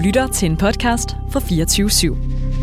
lytter til en podcast fra 24/7.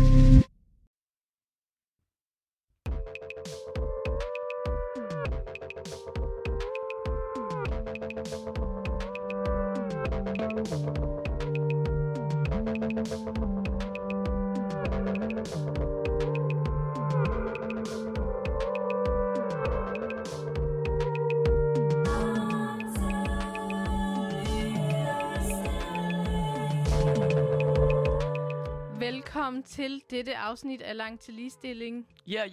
Velkommen til dette afsnit af Langt til Ligestilling. Yeah.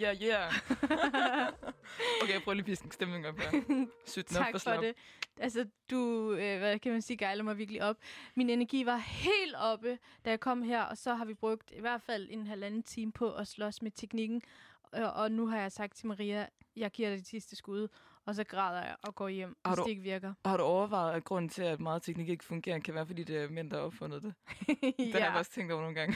Okay, jeg prøver lige at piske en stemning op her. Tak for det. Altså, du, hvad kan man sige, gejler mig virkelig op. Min energi var helt oppe, da jeg kom her, og så har vi brugt i hvert fald 1,5 time på at slås med teknikken. Og nu har jeg sagt til Maria, jeg giver dig det sidste skud, og så græder jeg og går hjem, hvis det ikke virker. Har du overvejet, at grunden til, at meget teknik ikke fungerer, kan være, fordi det er mænd, der har opfundet det? Det har jeg også tænkt over nogle gange.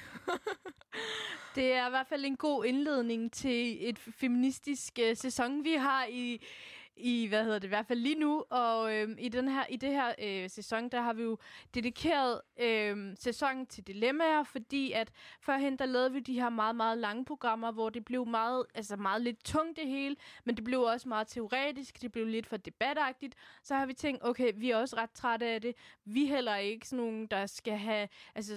Det er i hvert fald en god indledning til et feministisk sæson, vi har i i hvert fald lige nu. Og i det her sæson, der har vi jo dedikeret sæsonen til dilemmaer, fordi at førhen, der lavede vi de her meget, meget lange programmer, hvor det blev meget lidt tungt det hele, men det blev også meget teoretisk, det blev lidt for debatagtigt. Så har vi tænkt, okay, vi er også ret trætte af det. Vi er heller ikke sådan nogen, der skal have,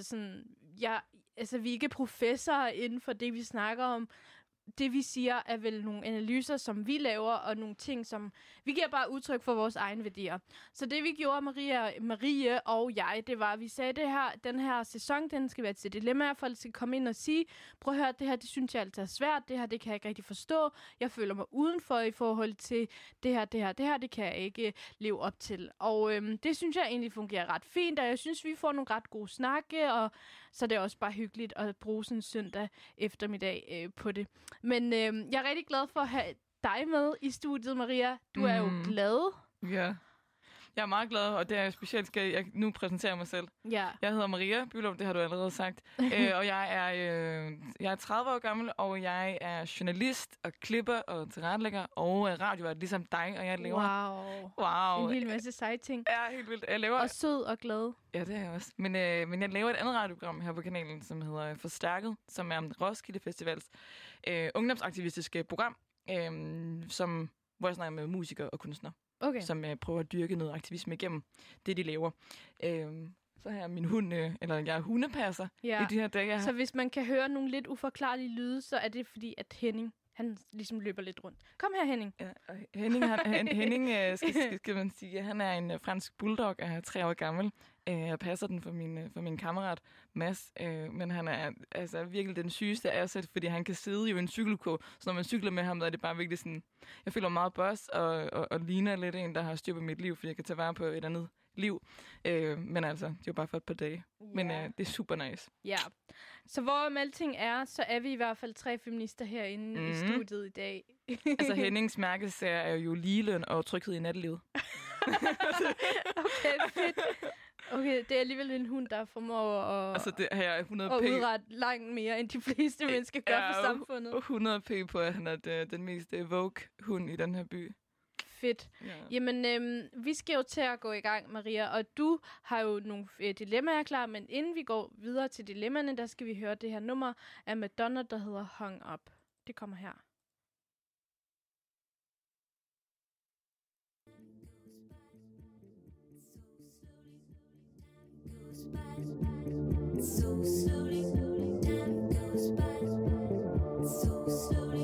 vi er ikke professorer inden for det, vi snakker om. Det, vi siger, er vel nogle analyser, som vi laver, og nogle ting, som vi giver bare udtryk for vores egne værdier. Så det, vi gjorde, Marie og jeg, det var, at vi sagde, den her sæson, den skal være til dilemmaer. Folk skal komme ind og sige, prøv at høre, det her, det synes jeg altid er svært. Det her, det kan jeg ikke rigtig forstå. Jeg føler mig udenfor i forhold til det her, det kan jeg ikke leve op til. Og det synes jeg egentlig fungerer ret fint, og jeg synes, vi får nogle ret gode snakke, og så det er også bare hyggeligt at bruge sådan en søndag eftermiddag på det. Men jeg er rigtig glad for at have dig med i studiet, Maria. Du er jo glad. Ja, jeg er meget glad, og det er specielt, skal jeg nu præsentere mig selv. Ja. Jeg hedder Maria Bülow, det har du allerede sagt. Og jeg er 30 år gammel, og jeg er journalist og klipper og tilrettelægger og radiovært, ligesom dig, og jeg laver... Wow. En hel masse seje ting. Ja, helt vildt. Jeg laver... Og sød og glad. Ja, det er jeg også. Men jeg laver et andet radioprogram her på kanalen, som hedder Forstærket, som er Roskilde Festivals ungdomsaktivistiske program, hvor jeg snakker med musikere og kunstnere. Okay. Som prøver at dyrke noget aktivisme igennem det, de laver. Så har jeg min hund, jeg er hundepasser i de her dage. Så hvis man kan høre nogle lidt uforklarlige lyde, så er det fordi, at Henning, han ligesom løber lidt rundt. Kom her, Henning. Ja, og Henning skal man sige, han er en fransk bulldog, og er 3 år gammel. Jeg passer den for min kammerat, Mads. Men han er altså virkelig den sygeste asset, fordi han kan sidde jo i en cykelkurv. Så når man cykler med ham, der er det bare virkelig sådan... Jeg føler meget boss og ligner lidt en, der har styr på mit liv, fordi jeg kan tage vare på et andet liv. Men altså, det er jo bare for et par dage. Yeah. Men det er super nice. Ja. Så hvor alting er, så er vi i hvert fald 3 feminister herinde i studiet i dag. Altså Hennings mærkesager er jo ligeløn og tryghed i nattelivet. Okay, fedt. Okay, det er alligevel en hund, der formår at udrette langt mere, end de fleste mennesker gør for samfundet. 100 p på, at han er den mest woke hund i den her by. Fedt. Ja. Jamen, vi skal jo til at gå i gang, Maria, og du har jo nogle dilemmaer klar, men inden vi går videre til dilemmaerne, der skal vi høre det her nummer af Madonna, der hedder Hung Up. Det kommer her. So slowly, time goes by. So slowly.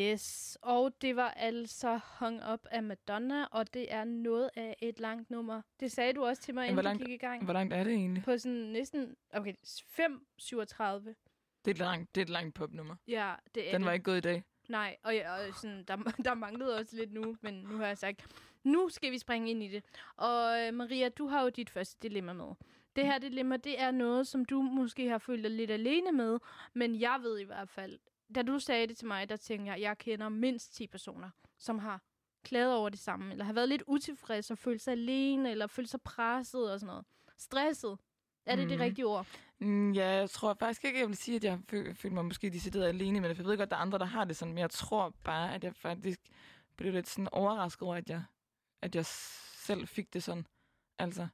Yes, og det var altså Hung Up af Madonna, og det er noget af et langt nummer. Det sagde du også til mig, inden du gik i gang. Hvor langt er det egentlig? På sådan næsten, 5:37. Det er et langt popnummer. Ja, det er Den var ikke gået i dag. Nej, og sådan, der manglede også lidt nu, men nu har jeg sagt, nu skal vi springe ind i det. Og Maria, du har jo dit første dilemma med. Det her dilemma, det er noget, som du måske har følt dig lidt alene med, men jeg ved i hvert fald, da du sagde det til mig, der tænkte jeg kender mindst 10 personer, som har klaget over det samme, eller har været lidt utilfredse og følt sig alene, eller følt sig presset og sådan noget. Stresset. Er det det rigtige ord? Ja, jeg tror faktisk ikke, jeg vil sige, at jeg føler mig måske decideret alene, men jeg ved godt, at der er andre, der har det sådan, men jeg tror bare, at jeg faktisk blev lidt sådan overrasket over, at jeg selv fik det sådan. Altså,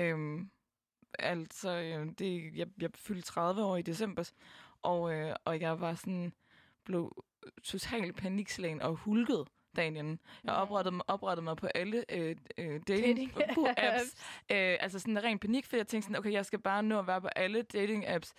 jeg fyldte 30 år i december, og jeg var sådan, blev totalt panikslagen og hulket dagen inden. Jeg oprettede mig på alle dating-apps. Altså sådan en ren panik, fordi jeg tænkte sådan, okay, jeg skal bare nå at være på alle dating-apps.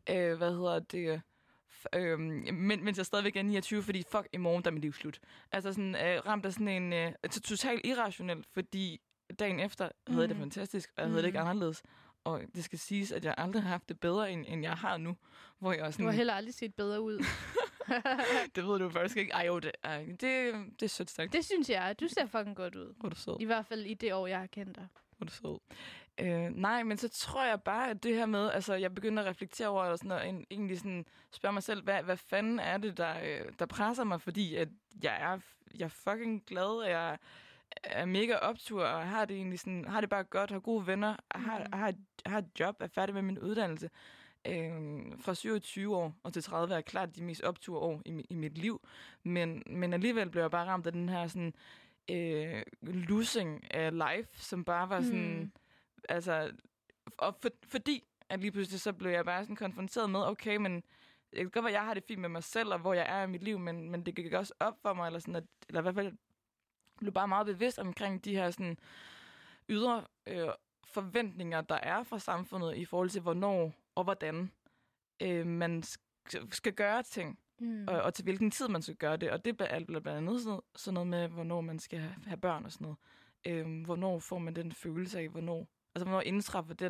Mens jeg stadigvæk er 29, fordi fuck, i morgen der er mit liv slut. Altså sådan ramt af sådan en totalt irrationelt, fordi dagen efter havde jeg det fantastisk, og jeg havde det ikke anderledes. Og det skal siges, at jeg aldrig har haft det bedre, end jeg har nu. Hvor jeg sådan, du har heller aldrig set bedre ud. Det ved du faktisk ikke. Ej jo, det er sødt sagt. Det synes jeg. Du ser fucking godt ud. Hvor er du sød. I hvert fald i det år, jeg har kendt dig. Hvor er du sød. Nej, men så tror jeg bare, at det her med, altså jeg begynder at reflektere over, eller sådan, og egentlig sådan spørge mig selv, hvad fanden er det, der presser mig, fordi at jeg er fucking glad, og jeg er mega optur, og har det egentlig sådan, har det bare godt, har gode venner, har et job, er færdig med min uddannelse. Fra 27 år og til 30 er klart de mest optur år i mit liv, men alligevel blev jeg bare ramt af den her sådan losing af life, som bare var sådan, altså, og fordi at lige pludselig så blev jeg bare sådan konfronteret med, okay, men det kan godt være, jeg har det fint med mig selv, og hvor jeg er i mit liv, men det gik også op for mig, eller i hvert fald blev bare meget bevidst omkring de her sådan ydre forventninger, der er fra samfundet i forhold til, hvornår og hvordan man skal gøre ting, og til hvilken tid man skal gøre det. Og det er blandt andet sådan noget med, hvornår man skal have børn og sådan noget. Hvornår får man den følelse af, hvornår indtræffer den,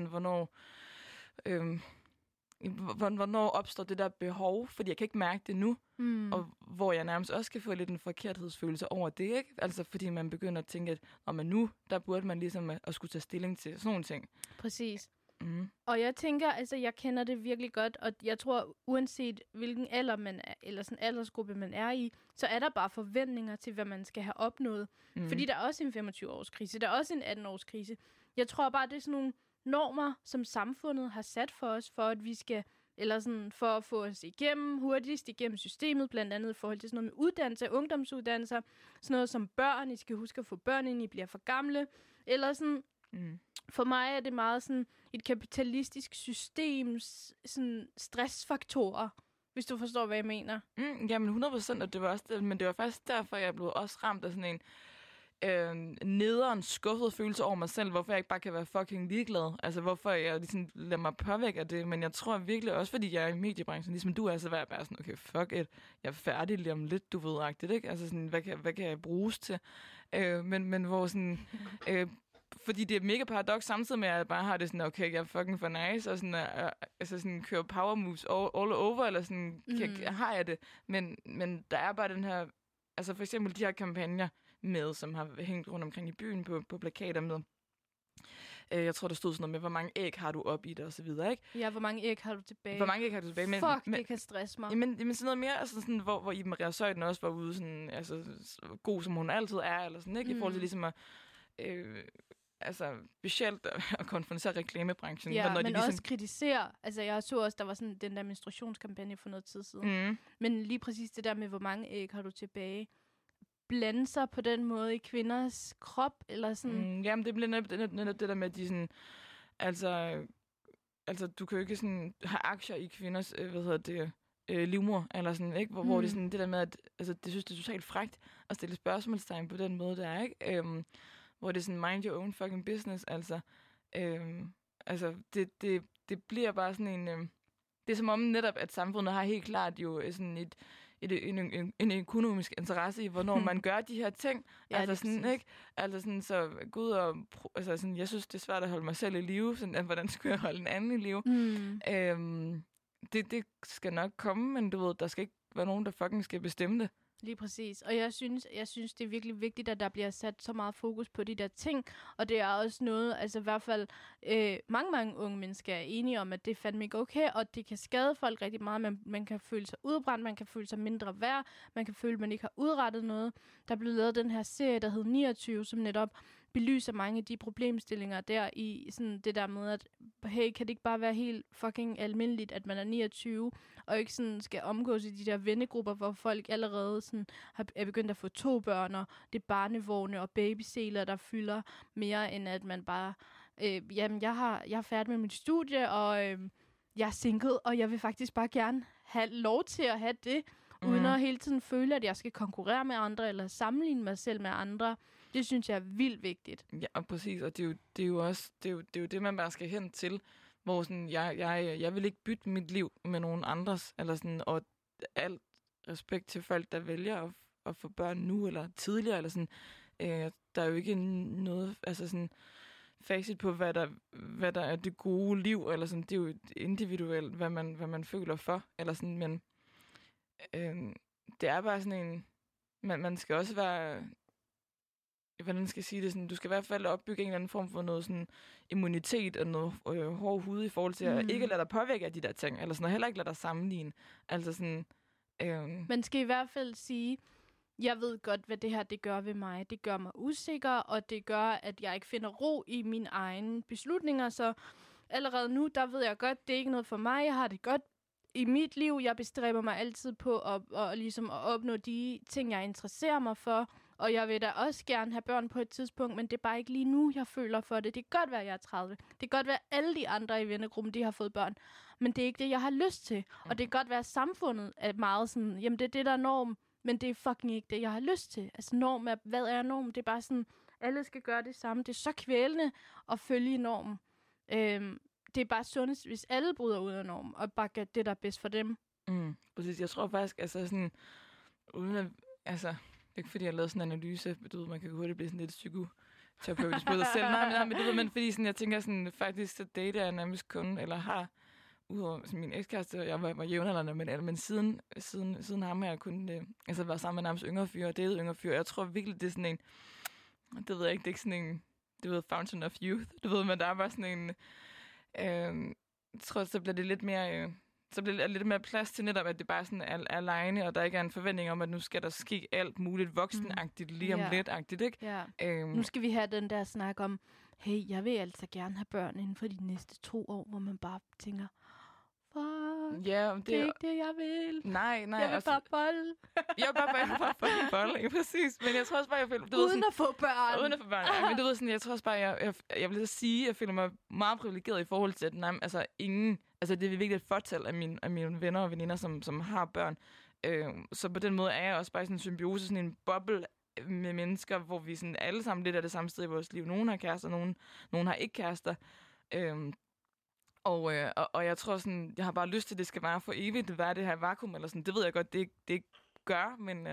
hvornår opstår det der behov, fordi jeg kan ikke mærke det nu, og hvor jeg nærmest også kan få lidt en forkerthedsfølelse over det, ikke? Altså fordi man begynder at tænke, at nu, der burde man ligesom at skulle tage stilling til sådan nogle ting. Præcis. Og jeg tænker, altså jeg kender det virkelig godt, og jeg tror, uanset hvilken alder man er, eller sådan aldersgruppe man er i, så er der bare forventninger til, hvad man skal have opnået. Fordi der er også en 25-års krise, der er også en 18-års krise. Jeg tror bare, det er sådan nogle normer, som samfundet har sat for os, for at vi skal, eller sådan for at få os hurtigst igennem systemet, blandt andet i forhold til sådan noget med uddannelse, ungdomsuddannelser, sådan noget som børn, I skal huske at få børn, inden I bliver for gamle, eller sådan. For mig er det meget sådan et kapitalistisk systems sådan stressfaktorer, hvis du forstår, hvad jeg mener. Jamen 100%, og det var også, men det var faktisk derfor, jeg blev også ramt af sådan en nederen, skuffet følelse over mig selv, hvorfor jeg ikke bare kan være fucking ligeglad. Altså, hvorfor jeg ligesom lader mig påvirke af det. Men jeg tror virkelig også, fordi jeg er i mediebranchen, ligesom du er, så var jeg bare sådan, okay, fuck it, jeg er færdig lige om lidt, du ved-agtigt, ikke? Altså sådan, hvad kan jeg bruges til? Men hvor sådan... fordi det er mega paradoks, samtidig med, at jeg bare har det sådan, okay, jeg er fucking for nice, og sådan, altså sådan kører power moves all over, eller sådan, har jeg det. Men der er bare den her, altså for eksempel de her kampagner med, som har hængt rundt omkring i byen på plakater med, jeg tror, der stod sådan noget med, hvor mange æg har du op i det, og så videre, ikke? Ja, hvor mange æg har du tilbage? Hvor mange æg har du tilbage? Det kan stresse mig. Jamen sådan noget mere, altså sådan, hvor Iben Maria Zeuthen også var ude, sådan, altså god som hun altid er, eller sådan, ikke? I forhold til ligesom at... altså specielt at konfrontere reklamebranchen. Ja, når men de også kritisere. Altså jeg så også, der var sådan den der menstruationskampagne for noget tid siden. Men lige præcis det der med, hvor mange æg har du tilbage, blande sig på den måde i kvinders krop, eller sådan. Jamen det bliver netop det der med, at de sådan, altså du kan jo ikke sådan have aktier i kvinders, livmor, eller sådan, ikke? Hvor det sådan, det der med, at altså, det synes, det er totalt frækt at stille spørgsmålstegn på den måde, der er, ikke? Hvor det er sådan, mind your own fucking business, altså. Altså, det bliver bare sådan en... det er som om netop, at samfundet har helt klart jo sådan en økonomisk interesse i, hvornår man gør de her ting. Ja, Altså sådan, ikke? Altså sådan, så Gud og... Altså sådan, jeg synes, det er svært at holde mig selv i live. Sådan, hvordan skulle jeg holde en anden i live? Det skal nok komme, men du ved, der skal ikke være nogen, der fucking skal bestemme det. Lige præcis. Og jeg synes, det er virkelig vigtigt, at der bliver sat så meget fokus på de der ting. Og det er også noget, altså i hvert fald mange unge mennesker er enige om, at det er fandme ikke okay, og det kan skade folk rigtig meget. Man kan føle sig udbrændt, man kan føle sig mindre værd, man kan føle, at man ikke har udrettet noget. Der er blevet lavet den her serie, der hed 29, som netop belyser mange af de problemstillinger der i sådan det der med, at hey, kan det ikke bare være helt fucking almindeligt, at man er 29, og ikke sådan skal omgås i de der vennegrupper, hvor folk allerede sådan er begyndt at få 2 børn, og det er barnevogne og babyseler, der fylder mere, end at man bare, jamen jeg er færdig med mit studie, og jeg er single, og jeg vil faktisk bare gerne have lov til at have det, uden at hele tiden føle, at jeg skal konkurrere med andre, eller sammenligne mig selv med andre. Det synes jeg er vildt vigtigt. Ja, præcis. Og det er jo også det, man bare skal hen til, hvor sådan, jeg vil ikke bytte mit liv med nogen andres, eller sådan, og alt respekt til folk, der vælger at få børn nu, eller tidligere, eller sådan. Der er jo ikke noget, altså sådan, facit på, hvad der er det gode liv, eller sådan. Det er jo individuelt, hvad man føler for, eller sådan, men det er bare sådan en, man skal også være, hvordan skal jeg sige det, sådan, du skal i hvert fald opbygge en eller anden form for noget sådan immunitet og noget hård hud i forhold til at ikke lade dig påvirke af de der ting, eller sådan, og heller ikke lade dig sammenligne. Altså sådan... Man skal i hvert fald sige, jeg ved godt, hvad det her det gør ved mig. Det gør mig usikker, og det gør, at jeg ikke finder ro i mine egne beslutninger, så allerede nu, der ved jeg godt, det er ikke noget for mig. Jeg har det godt i mit liv. Jeg bestræber mig altid på at ligesom at opnå de ting, jeg interesserer mig for. Og jeg vil da også gerne have børn på et tidspunkt, men det er bare ikke lige nu, jeg føler for det. Det kan godt være, at jeg er 30. Det kan godt være, at alle de andre i vennegruppen, de har fået børn. Men det er ikke det, jeg har lyst til. Og det kan godt være, at samfundet er meget sådan, jamen det er det, der er norm, men det er fucking ikke det, jeg har lyst til. Altså norm er, hvad er norm? Det er bare sådan, alle skal gøre det samme. Det er så kvælende at følge normen. Det er bare sundest, hvis alle bryder ud af normen, og bare gør det, der er bedst for dem. Præcis, jeg tror faktisk, altså sådan, uden at, altså... Det er ikke fordi, jeg har lavet sådan en analyse. Du ved, man kan hurtigt blive sådan lidt psykoterapeutisk på sig selv. Nej, men du ved, men fordi sådan, jeg tænker sådan, faktisk, så dater jeg nærmest kun, eller har, udover min ekskæreste, og jeg var jævnaldrende, men siden ham har jeg kun altså været sammen med nærmest yngre fyre, og datet yngre fyre. Jeg tror virkelig, det er sådan en, det ved jeg ikke, det er ikke sådan en, det ved, fountain of youth. Du ved, men der er bare sådan en, jeg tror, så bliver det lidt mere... Så bliver der lidt mere plads til netop, at det bare sådan er alene, og der ikke er en forventning om, at nu skal der ske alt muligt voksenagtigt, lige om lidt-agtigt, ikke? Ja. Nu skal vi have den der snak om, hey, jeg vil altså gerne have børn inden for de næste 2 år, hvor man bare tænker, fuck, ja, det er ikke det, jeg vil. Nej. Jeg vil bare bolle. Jeg vil bare bolle, ikke præcis. Men jeg tror også bare, jeg føler... Uden at få børn. Uden at få børn, ja. Men du ved sådan, jeg tror også bare, jeg vil sige, at jeg føler mig meget privilegeret i forhold til, at altså ingen... Altså, det er virkelig et fortal af mine venner og veninder, som har børn. Så på den måde er jeg også bare i sådan en symbiose, sådan en boble med mennesker, hvor vi sådan alle sammen lidt er det samme sted i vores liv. Nogle har kærester, nogle har ikke kærester. Og jeg tror sådan, jeg har bare lyst til, at det skal være for evigt, være det her vakuum, eller sådan. Det ved jeg godt, det ikke gør, men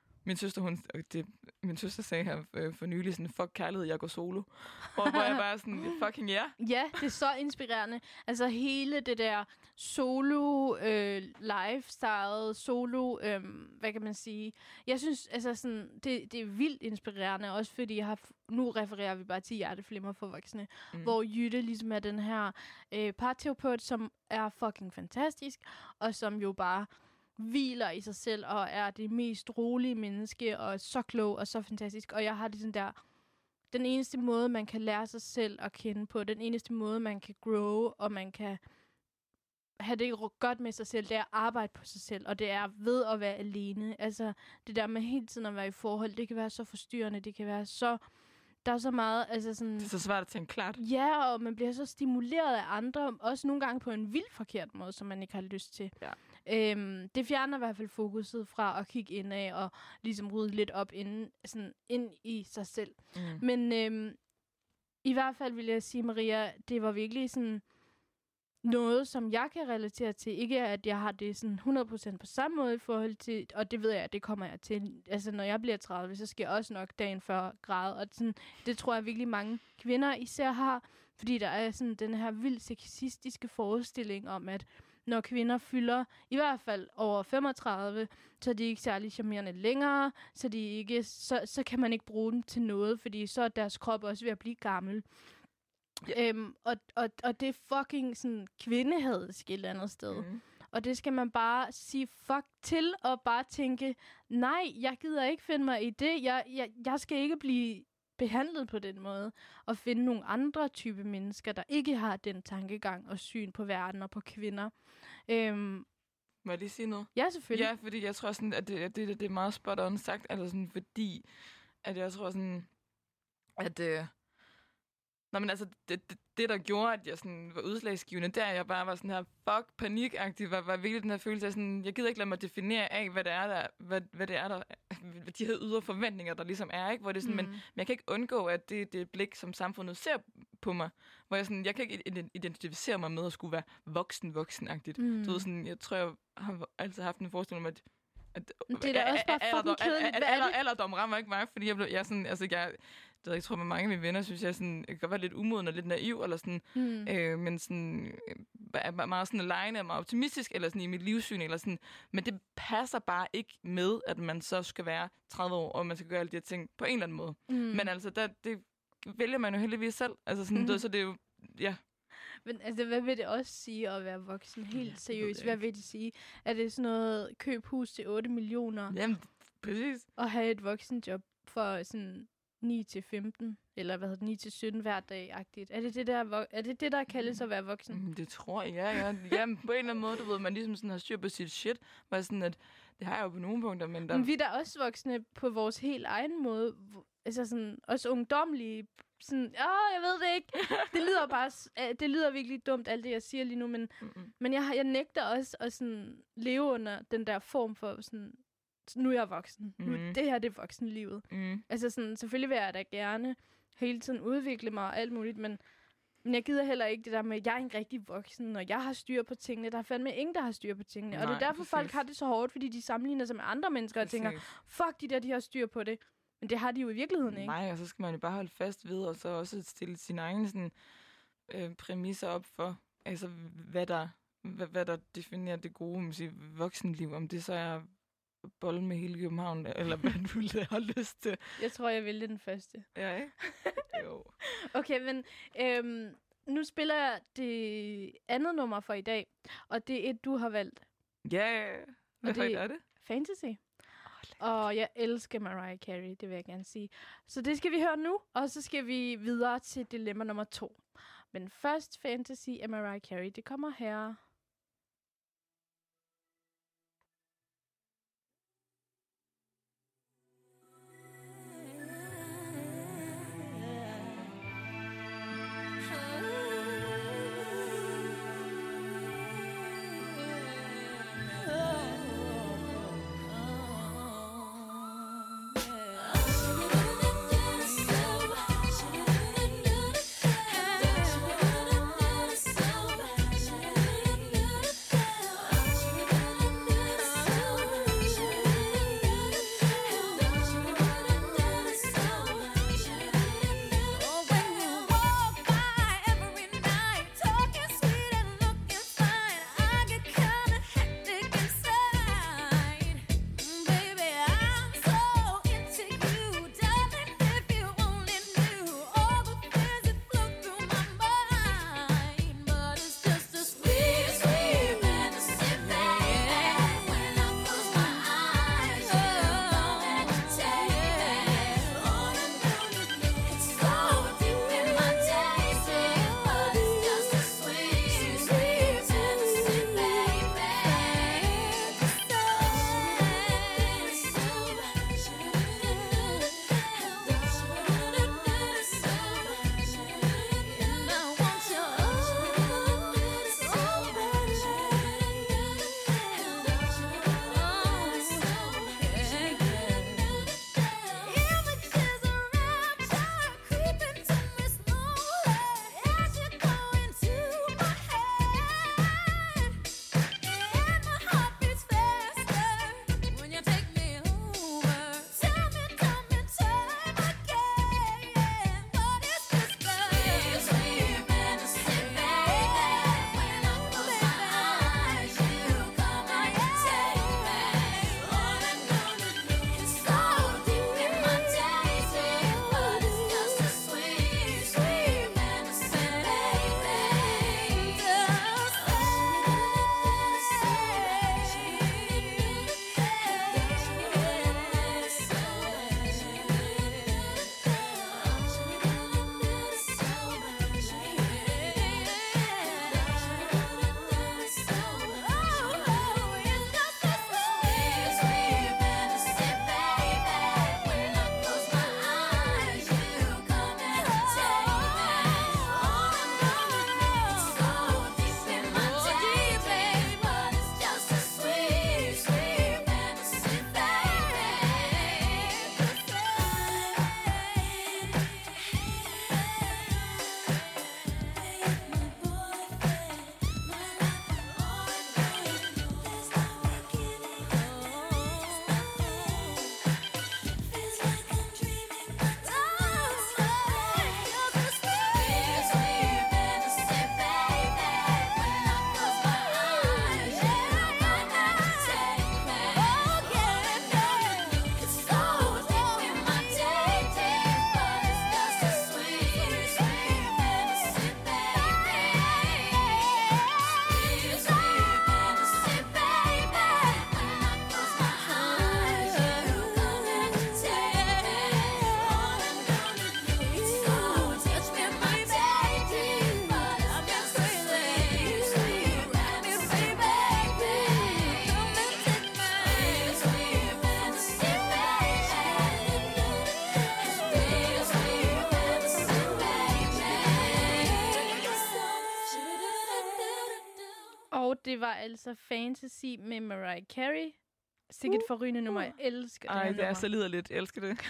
min søster sagde her for nylig sådan, fuck kærlighed, jeg går solo. Hvor jeg bare sådan, fucking ja. Ja, det er så inspirerende. Altså hele det der solo lifestyle, solo, hvad kan man sige? Jeg synes, altså sådan, det er vildt inspirerende, også fordi nu refererer vi bare til Hjerteflimmer for voksne, hvor Jytte ligesom er den her parterapeut, som er fucking fantastisk, og som jo bare hviler i sig selv, og er det mest rolige menneske, og så klog, og så fantastisk. Og jeg har det sådan der, den eneste måde, man kan lære sig selv at kende på, den eneste måde, man kan grow, og man kan have det godt med sig selv, det er at arbejde på sig selv, og det er ved at være alene. Altså, det der med hele tiden at være i forhold, det kan være så forstyrrende, det kan være så... Der er så meget, altså sådan... Det er så svært at tænke klart. Ja, og man bliver så stimuleret af andre, også nogle gange på en vildt forkert måde, som man ikke har lyst til. Ja. Det fjerner i hvert fald fokuset fra at kigge indad og ligesom rydde lidt op ind i sig selv. Men i hvert fald vil jeg sige, Maria, det var virkelig sådan... noget, som jeg kan relatere til. Ikke at jeg har det sådan 100% på samme måde i forhold til, og det ved jeg, at det kommer jeg til. Altså, når jeg bliver 30, så skal jeg også nok dagen før græde. Og sådan, det tror jeg virkelig mange kvinder især har, fordi der er sådan den her vildt sexistiske forestilling om, at når kvinder fylder i hvert fald over 35, så er de ikke særlig charmerende længere, så kan man ikke bruge dem til noget, fordi så er deres krop også ved at blive gammel. Og det er fucking sådan kvindehadsk et eller andet sted. Og det skal man bare sige fuck til, og bare tænke, nej, jeg gider ikke finde mig i det. Jeg skal ikke blive behandlet på den måde, og finde nogle andre type mennesker, der ikke har den tankegang og syn på verden og på kvinder. Må jeg lige sige noget? Ja, selvfølgelig. Ja, fordi jeg tror sådan, at det er meget spot on sagt, altså sådan, fordi at jeg tror sådan, at nå, men altså, det der gjorde, at jeg sådan var udslagsgivende, der jeg bare var sådan her panikagtig, var virkelig den her følelse af sådan, jeg gider ikke lade mig definere af, hvad det er der, de her ydre forventninger, der ligesom er, ikke? Hvor det er sådan, men jeg kan ikke undgå, at det er et blik, som samfundet ser på mig, hvor jeg kan ikke identificere mig med at skulle være voksen-agtigt. Så sådan, jeg tror, jeg har altid haft en forestilling om, at det er da også bare fucking kedeligt. Alderdom rammer ikke mig, fordi jeg sådan, altså jeg tror, med mange af mine venner synes jeg sådan, jeg kan være lidt umoden og lidt naiv, eller sådan, men sådan, er meget sådan alene og meget optimistisk, eller sådan i mit livssyn, eller sådan, men det passer bare ikke med, at man så skal være 30 år, og man skal gøre alle de her ting på en eller anden måde. Men altså, det vælger man jo heldigvis selv, altså sådan, så det er jo, ja. Men altså, hvad vil det også sige at være voksen? Helt seriøst, hvad vil det sige? Er det sådan noget, køb hus til 8 millioner? Jamen, præcis. Og have et voksenjob for sådan 9-15, eller 9-17 hver dag-agtigt. Er det det, der kaldes at være voksen? Det tror jeg, ja. Jamen, på en eller anden måde, du ved, man ligesom sådan har styr på sit shit, var sådan, at det har jeg jo på nogle punkter, men vi er da også voksne på vores helt egen måde. Altså sådan, også ungdomlige. Sådan, jeg ved det ikke. Det lyder virkelig dumt, alt det, jeg siger lige nu, men jeg nægter også at sådan leve under den der form for sådan, nu er jeg voksen. Nu, det her, det er voksenlivet. Altså sådan, selvfølgelig vil jeg da gerne hele tiden udvikle mig og alt muligt, men jeg gider heller ikke det der med, at jeg er en rigtig voksen, og jeg har styr på tingene. Der er fandme ingen, der har styr på tingene. Nej, og det er derfor, folk har det så hårdt, fordi de sammenligner sig med andre mennesker og tænker, fuck de har styr på det. Men det har de jo i virkeligheden ikke. Nej, og så skal man jo bare holde fast ved, og så også stille sine egne sådan, præmisser op for, altså hvad der definerer det gode voksenliv, om det så er bolle med hele København, eller hvad du ville have lyst til. Jeg tror, jeg vælger den første. Ja, ikke? Jo. Okay, men nu spiller jeg det andet nummer for i dag, og det er et, du har valgt. Ja, hvad højt er det? Fantasy. Og jeg elsker Mariah Carey, det vil jeg gerne sige. Så det skal vi høre nu, og så skal vi videre til dilemma nummer 2. Men først Fantasy af Mariah Carey, det kommer her. det var altså Fantasy med Mariah Carey. Sikkert forrygende nummer. Jeg elsker det her det nummer. er så liderligt. Jeg elsker det.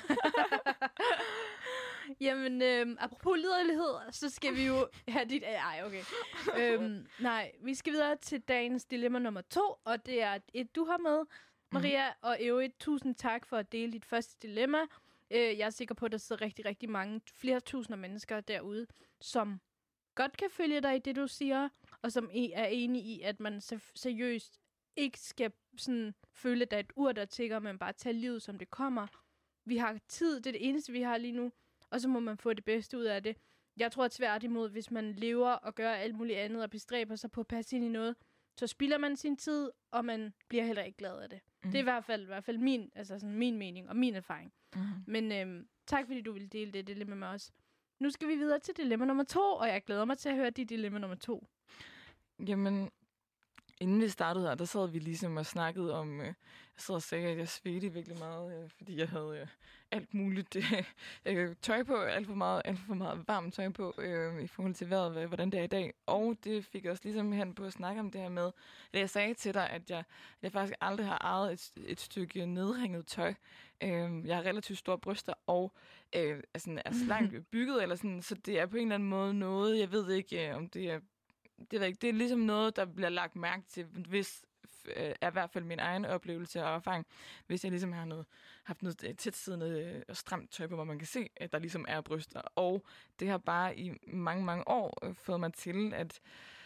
Jamen, apropos liderlighed, så skal vi jo have dit... Ej, okay. Nej, vi skal videre til dagens dilemma nummer 2, og det er et, du har med, Maria, og øvrigt, tusind tak for at dele dit første dilemma. Jeg er sikker på, at der sidder rigtig, rigtig mange, flere tusinder mennesker derude, som godt kan følge dig i det, du siger, og som er enige i, at man seriøst ikke skal sådan føle, at der er et ur, der tigger, men bare tage livet, som det kommer. Vi har tid, det er det eneste, vi har lige nu, og så må man få det bedste ud af det. Jeg tror tværtimod, hvis man lever og gør alt muligt andet og bestræber sig på at passe ind i noget, så spilder man sin tid, og man bliver heller ikke glad af det. Det er i hvert fald min, altså sådan min mening og min erfaring. Men tak, fordi du ville dele det dilemma med os. Nu skal vi videre til dilemma nummer 2, og jeg glæder mig til at høre dit dilemma nummer 2. Jamen, inden vi startede her, der sad vi ligesom og snakkede om, jeg sad og sagde, at jeg svedte virkelig meget, fordi jeg havde alt muligt tøj på, alt for meget varmt tøj på, i forhold til vejret, hvordan det er i dag. Og det fik os ligesom hen på at snakke om det her med, at jeg sagde til dig, at jeg faktisk aldrig har ejet et stykke nedhænget tøj. Jeg har relativt store bryster, og er slankt bygget, eller sådan, så det er på en eller anden måde noget, jeg ved ikke, om det er... Det er ligesom noget, der bliver lagt mærke til, hvis er i hvert fald min egen oplevelse og erfaring, hvis jeg ligesom har haft noget tætsiddende og stramt tøj på, hvor man kan se, at der ligesom er bryster. Og det har bare i mange, mange år fået mig til at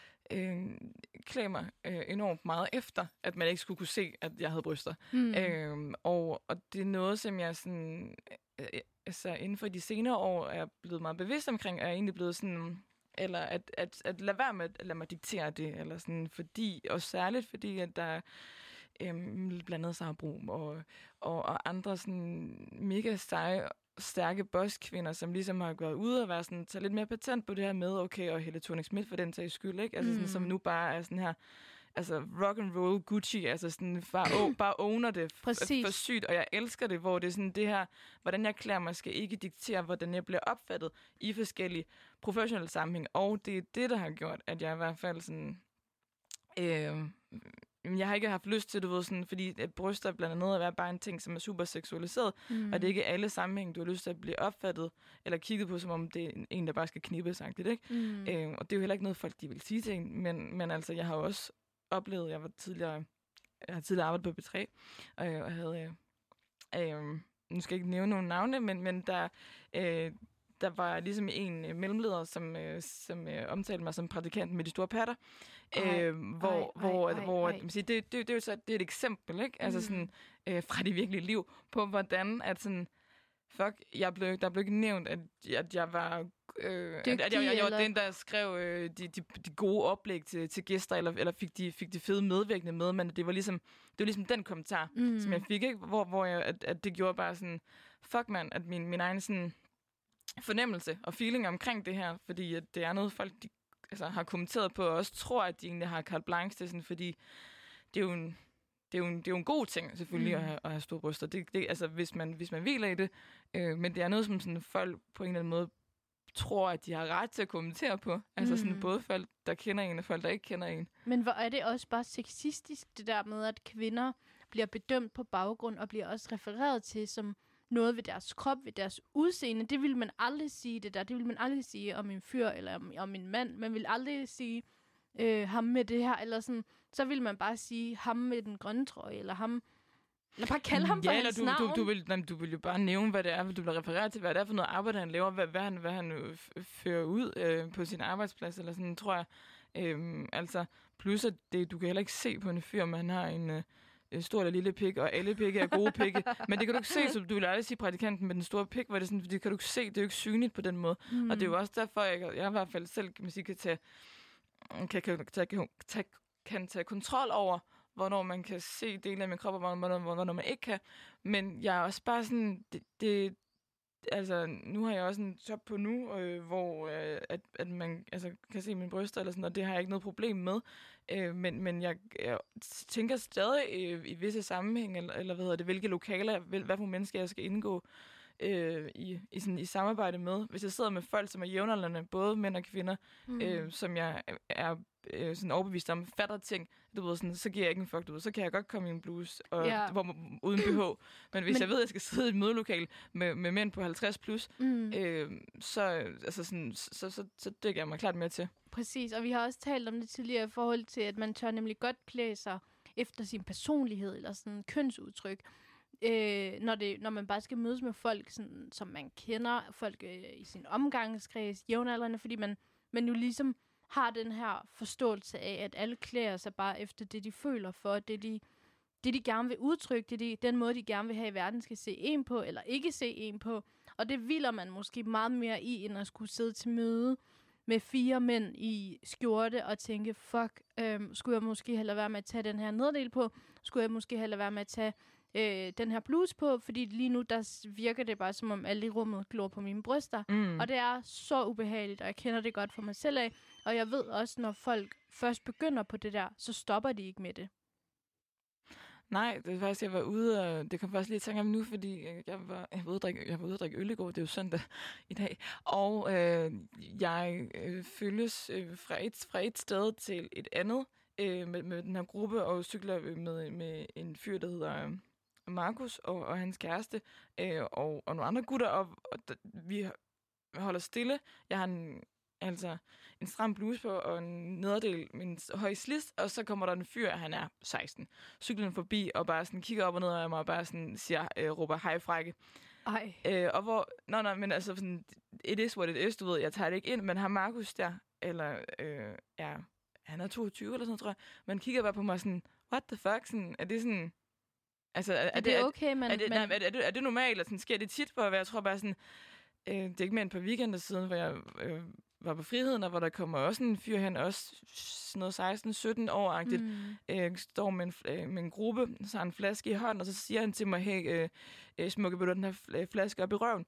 klæde mig enormt meget efter, at man ikke skulle kunne se, at jeg havde bryster. Og det er noget, som jeg sådan, inden for de senere år er blevet meget bevidst omkring, og er egentlig blevet sådan... Eller at lade være med at lade mig diktere det, eller sådan, fordi, og særligt fordi, at der blandt andet Sara Bro og andre sådan mega stærke bosskvinder, som ligesom har gået ud og været sådan, tage lidt mere patent på det her med, okay, og Helle Thorning-Schmidt for den sags skyld, ikke? Altså sådan, som nu bare er sådan her, altså rock and roll Gucci, altså sådan bare owner det for sygt, og jeg elsker det, hvor det er sådan det her, hvordan jeg klæder mig, skal ikke diktere, hvordan jeg bliver opfattet i forskellige professionelle sammenhæng, og det er det, der har gjort, at jeg i hvert fald sådan, jeg har ikke haft lyst til, du ved, sådan, fordi at bryster blandt andet at være bare en ting, som er super seksualiseret, og det er ikke alle sammenhæng, du har lyst til at blive opfattet, eller kigget på, som om det er en, der bare skal knippe, sagtigt, ikke? Og det er jo heller ikke noget, folk de vil sige til en, men altså, jeg har også oplevet, jeg har tidligere arbejdet på B3, og havde, nu skal jeg ikke nævne nogen navne, men der var ligesom en mellemleder, som omtalte mig som praktikant med de store patter, hvor det er jo så det er et eksempel, ikke? Altså sådan fra det virkelige liv på hvordan at sådan der blev ikke nævnt at jeg var at jeg var den der skrev de gode oplæg til gæster eller fik de fede medvirkende med, men det var ligesom den kommentar som jeg fik, ikke? Hvor jeg at det gjorde bare sådan fuck man, at min egen sådan fornemmelse og feeling omkring det her, fordi at det er noget folk har kommenteret på og også tror at de egentlig har carte blanche til sådan, fordi det er jo en god ting selvfølgelig at have store bryster. Det altså hvis man hviler i det, men det er noget som sådan folk på en eller anden måde tror at de har ret til at kommentere på. Altså sådan både folk der kender en og folk der ikke kender en. Men hvor er det også bare sexistisk det der med at kvinder bliver bedømt på baggrund og bliver også refereret til som noget ved deres krop, ved deres udseende. Det vil man aldrig sige det der. Det vil man aldrig sige om en fyr eller om en mand. Man vil aldrig sige ham med det her, eller sådan. Så vil man bare sige ham med den grønne trøje, eller ham... Eller bare kalde ham for hans navn. Du vil jo bare nævne, hvad det er, du vil referere til, hvad det er for noget arbejde, han laver, hvad han fører ud på sin arbejdsplads, eller sådan, tror jeg. Altså, plus at du kan heller ikke se på en fyr, om han har en stor eller lille pik, og alle pikke er gode pikke. Men det kan du ikke se, så du vil aldrig sige praktikanten med den store pik, hvor det sådan, det kan du ikke se, det er jo ikke synligt på den måde. Og det er jo også derfor, jeg i hvert fald selv kan tage kontrol over, hvornår man kan se dele af min krop, og hvornår man ikke kan. Men jeg er også bare sådan, altså, nu har jeg også en top på nu, hvor at man kan se mine bryster, eller sådan, og det har jeg ikke noget problem med. Men jeg tænker stadig i visse sammenhæng, eller hvad hedder det, hvilke lokaler, hvad for mennesker jeg skal indgå i samarbejde med. Hvis jeg sidder med folk, som er jævnaldrende, både mænd og kvinder, som jeg er sådan overbevist om, fatter ting, du ved, sådan, så giver jeg ikke en fuck, du ved. Så kan jeg godt komme i en bluse og, uden BH. Men hvis jeg ved, at jeg skal sidde i et mødelokale med mænd på 50 plus, så dækker jeg mig klart mere til. Præcis, og vi har også talt om det tidligere i forhold til, at man tør nemlig godt klæde sig efter sin personlighed eller sådan kønsudtryk. Når man bare skal mødes med folk, sådan, som man kender, folk i sin omgangskreds, jævnaldrende, fordi man jo ligesom har den her forståelse af, at alle klæder sig bare efter det, de føler for, det de gerne vil udtrykke, den måde, de gerne vil have, i verden skal se en på, eller ikke se en på. Og det hviler man måske meget mere i, end at skulle sidde til møde med 4 mænd i skjorte og tænke, fuck, skulle jeg måske hellere være med at tage den her nederdel på? Skulle jeg måske hellere være med at tage den her bluse på? Fordi lige nu, der virker det bare, som om alle i rummet glor på mine bryster. Og det er så ubehageligt, og jeg kender det godt for mig selv af. Og jeg ved også, når folk først begynder på det der, så stopper de ikke med det. Nej, det var faktisk, jeg var ude, og det kom faktisk lige i tanke om nu, fordi jeg var ude at drikke øl i går, det er jo søndag i dag, og jeg følges fra et sted til et andet med den her gruppe, og cykler med en fyr, der hedder Markus, og hans kæreste, og nogle andre gutter, og vi holder stille. Jeg har en stram bluse på, og en nederdel med en høj slist, og så kommer der en fyr, han er 16, cyklen forbi, og bare sådan kigger op og ned af mig, og bare sådan siger, råber, hej frække. Og hvor, men altså sådan, it is what it is, du ved, jeg tager det ikke ind, men har Markus der, eller, han er 22 eller sådan, tror jeg, man kigger bare på mig sådan, what the fuck, sådan, er det sådan, altså, er det okay, men... Er det normalt, og sådan, sker det tit, hvor jeg tror bare sådan, det er ikke mere end et par weekender siden, hvor jeg var på Friheden, og hvor der kommer også en fyr hen, også noget 16-17 år-agtigt, står med en gruppe, så har en flaske i hånden, og så siger han til mig, hey, smukke, vil du den her flaske op i røven?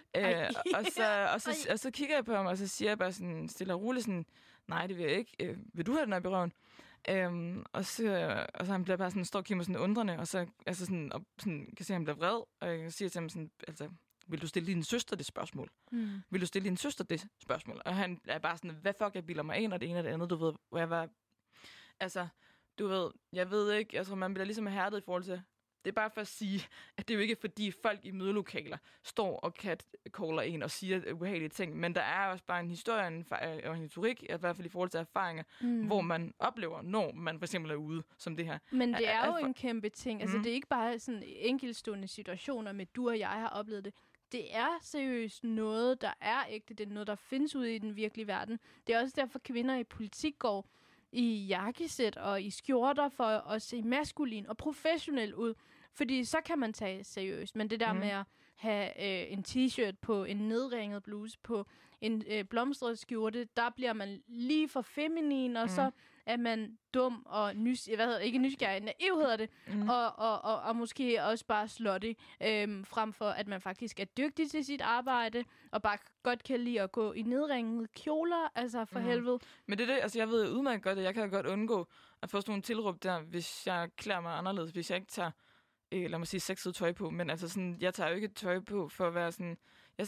Og så kigger jeg på ham, og så siger jeg bare sådan stille og roligt sådan, nej, det vil jeg ikke. Vil du have den op i røven? Og så han bliver bare sådan, står og kigger mig sådan undrende, og så altså sådan, og sådan, kan se, at han bliver vred, og jeg siger til ham sådan, altså, vil du stille din søster det spørgsmål? Vil du stille din søster det spørgsmål? Og han er bare sådan, hvad fuck, jeg bilder mig ind, og det ene og det andet, du ved, hvor jeg var... Altså, du ved, jeg ved ikke, jeg tror, man bliver ligesom hærdet i forhold til... Det er bare for at sige, at det er jo ikke fordi folk i mødelokaler står og catcaller en og siger ubehagelige ting, men der er også bare en historie og en historik, i hvert fald i forhold til erfaringer, hvor man oplever, når man for eksempel er ude som det her. Men det er jo en kæmpe ting. Altså, det er ikke bare sådan enkeltstående situationer med, du og jeg har oplevet det. Det er seriøst noget, der er ægte. Det er noget, der findes ude i den virkelige verden. Det er også derfor, kvinder i politik går i jakkesæt og i skjorter for at se maskulin og professionel ud. Fordi så kan man tage seriøst. Men det der med at have en t-shirt på, en nedringet bluse på, en blomstret skjorte, der bliver man lige for feminin, og så er man dum og ikke nysgerrig, naiv hedder det, og måske også bare slutty, frem for at man faktisk er dygtig til sit arbejde, og bare godt kan lide at gå i nedringede kjoler, altså for helvede. Men det er det, altså jeg ved udmærket godt, at jeg kan godt undgå at få sådan nogle tilråb der, hvis jeg klæder mig anderledes, hvis jeg ikke tager lad mig sige, sexet tøj på, men altså sådan, jeg tager jo ikke tøj på for at være sådan, jeg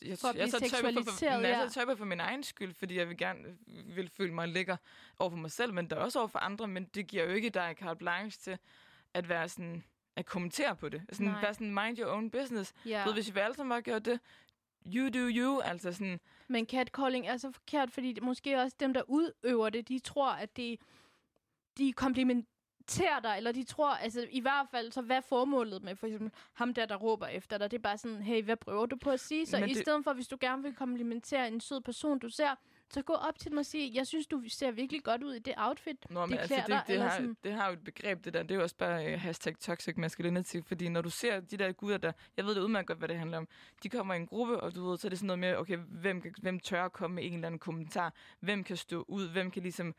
tager tøj på for min egen skyld, fordi jeg vil føle mig lækker over for mig selv, men der er også over for andre, men det giver jo ikke dig carte blanche til at være sådan, at kommentere på det. Sådan, være sådan, mind your own business. Yeah. Hvis vi alle sammen bare gjorde det, you do you, altså sådan. Men catcalling er så forkert, fordi det måske også dem, der udøver det, de tror, at de komplimenterer dig, eller de tror, altså i hvert fald, så hvad er formålet med for eksempel ham der råber efter dig? Det er bare sådan, hey, hvad prøver du på at sige? Så i stedet for, hvis du gerne vil komplimentere en sød person, du ser, så gå op til dem og sige, jeg synes, du ser virkelig godt ud i det outfit. Nå, men altså, det har jo et begreb, det der. Det er jo også bare hashtag toxic masculinity, fordi når du ser de der gutter der, jeg ved det udmærket godt, hvad det handler om. De kommer i en gruppe, og du ved, så er det sådan noget med, okay, hvem tør at komme med en eller anden kommentar? Hvem kan stå ud? Hvem kan ligesom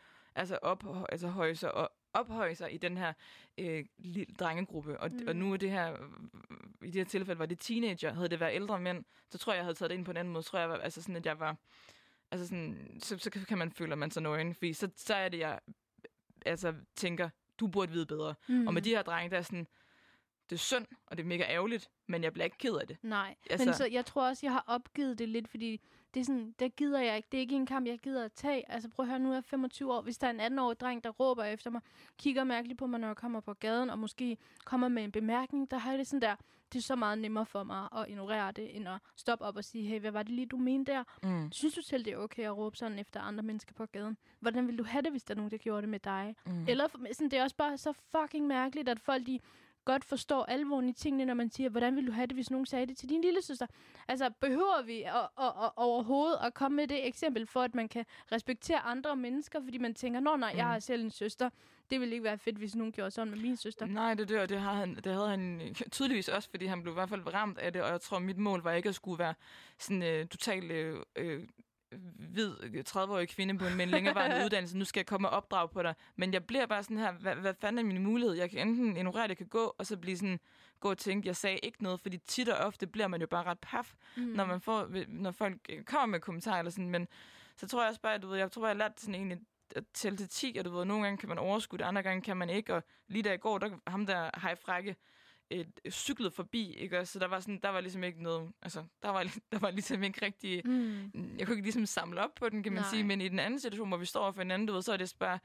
ophøje sig i den her lille drengegruppe. Og nu er det her, i det her tilfælde var det teenager. Havde det været ældre mænd, så tror jeg havde taget det ind på en anden måde. Så tror jeg, altså sådan, at jeg var... Altså sådan, så kan man føle, at man så nøgen. Fordi så er det, jeg tænker, du burde vide bedre. Og med de her drenge, der er sådan... det er synd, og det er mega ærgerligt, men jeg bliver ikke ked af det. Nej, Altså, men så jeg tror også, jeg har opgivet det lidt, fordi det er sådan, der gider jeg ikke. Det er ikke en kamp, jeg gider at tage. Altså prøv at høre, nu er jeg 25 år. Hvis der er en 18-årig dreng, der råber efter mig, kigger mærkeligt på mig, når jeg kommer på gaden, og måske kommer med en bemærkning, der har jeg det sådan der, det er så meget nemmere for mig at ignorere det, end at stoppe op og sige, hey, hvad var det lige, du mente der? Synes du selv, det er okay at råbe sådan efter andre mennesker på gaden? Hvordan ville du have det, hvis der er nogen, der gjorde det med dig? Eller sådan, det er også bare så fucking mærkeligt, at folk de godt forstår alvoren i tingene, når man siger, hvordan ville du have det, hvis nogen sagde det til din lillesøster? Altså, behøver vi overhovedet at komme med det eksempel for, at man kan respektere andre mennesker, fordi man tænker, nej, jeg har selv en søster. Det ville ikke være fedt, hvis nogen gjorde sådan med min søster. Nej, det havde han tydeligvis også, fordi han blev i hvert fald ramt af det, og jeg tror, mit mål var ikke at skulle være sådan totalt hvid 30-årig kvinde på en med en længerevarende uddannelse. Nu skal jeg komme og opdrage på dig. Men jeg bliver bare sådan her, hvad fanden er min mulighed? Jeg kan enten ignorere, det kan gå, og så blive sådan, gå og tænke, jeg sagde ikke noget, fordi tit og ofte bliver man jo bare ret paf, når folk kommer med kommentarer eller sådan. Men så tror jeg også bare, at jeg har lært sådan egentlig at tælle til 10, og nogle gange kan man overskue det, andre gange kan man ikke, og lige da i går, ham der hejfrække cyklede forbi, ikke? Så der var ligesom ikke noget, altså, der var ligesom ikke rigtig, jeg kunne ikke ligesom samle op på den, kan man sige, men i den anden situation, hvor vi står for hinanden, så er det bare,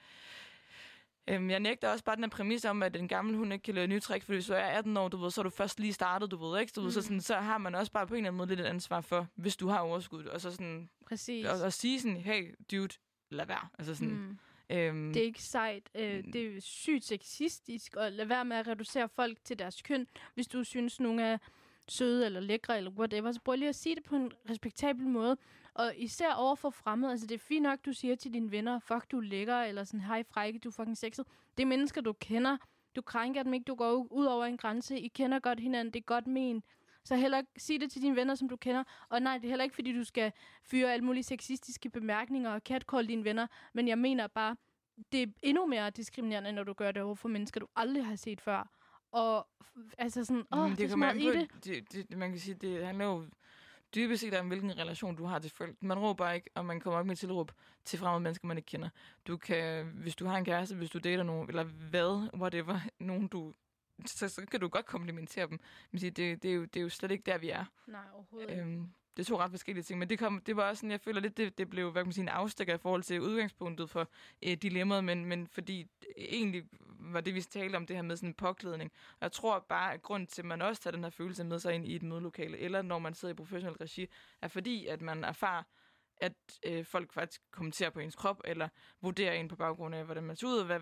jeg nægter også bare den her præmis om, at en gammel hund ikke kan lave nye træk, fordi hvis du er 18 år, så er du først lige startet, ikke? Så har man også bare på en eller anden måde lidt et ansvar for, hvis du har overskud, og så sådan, og sige sådan, hey, dude, lad være, altså sådan, det er ikke sejt. Det er sygt sexistisk at lade være med at reducere folk til deres køn. Hvis du synes, nogen er søde eller lækre eller whatever, så prøv lige at sige det på en respektabel måde. Og især over for fremmede. Altså det er fint nok, du siger til dine venner, fuck, du er lækker, eller sådan, hej frække, du er fucking sexet. Det er mennesker, du kender. Du krænker dem ikke, du går ud over en grænse. I kender godt hinanden, det er godt ment. Så heller sig det til dine venner, som du kender. Og nej, det er heller ikke, fordi du skal fyre alle mulige sexistiske bemærkninger og catcall dine venner. Men jeg mener bare, det er endnu mere diskriminerende, når du gør det over for mennesker, du aldrig har set før. Og altså sådan, det er så meget i det. Man kan sige, det handler jo dybest set om, hvilken relation du har til folk. Man råber ikke, og man kommer ikke med tilråb til fremmede mennesker, man ikke kender. Du kan, hvis du har en kæreste, hvis du dater nogen, eller whatever, nogen du så kan du godt komplimentere dem. Men det er jo slet ikke der, vi er. Nej, overhovedet ikke. Det er to ret forskellige ting, men det var også sådan, jeg føler lidt, det blev, hvad kan man sige, en afstikker i forhold til udgangspunktet for dilemmaet, men fordi egentlig var det, vi talte om, det her med sådan en påklædning. Og jeg tror bare, at grund til, at man også tager den her følelse med sig ind i et mødelokale, eller når man sidder i professionel regi, er fordi, at man erfarer, at folk faktisk kommenterer på ens krop, eller vurderer en på baggrund af, hvordan man ser ud, og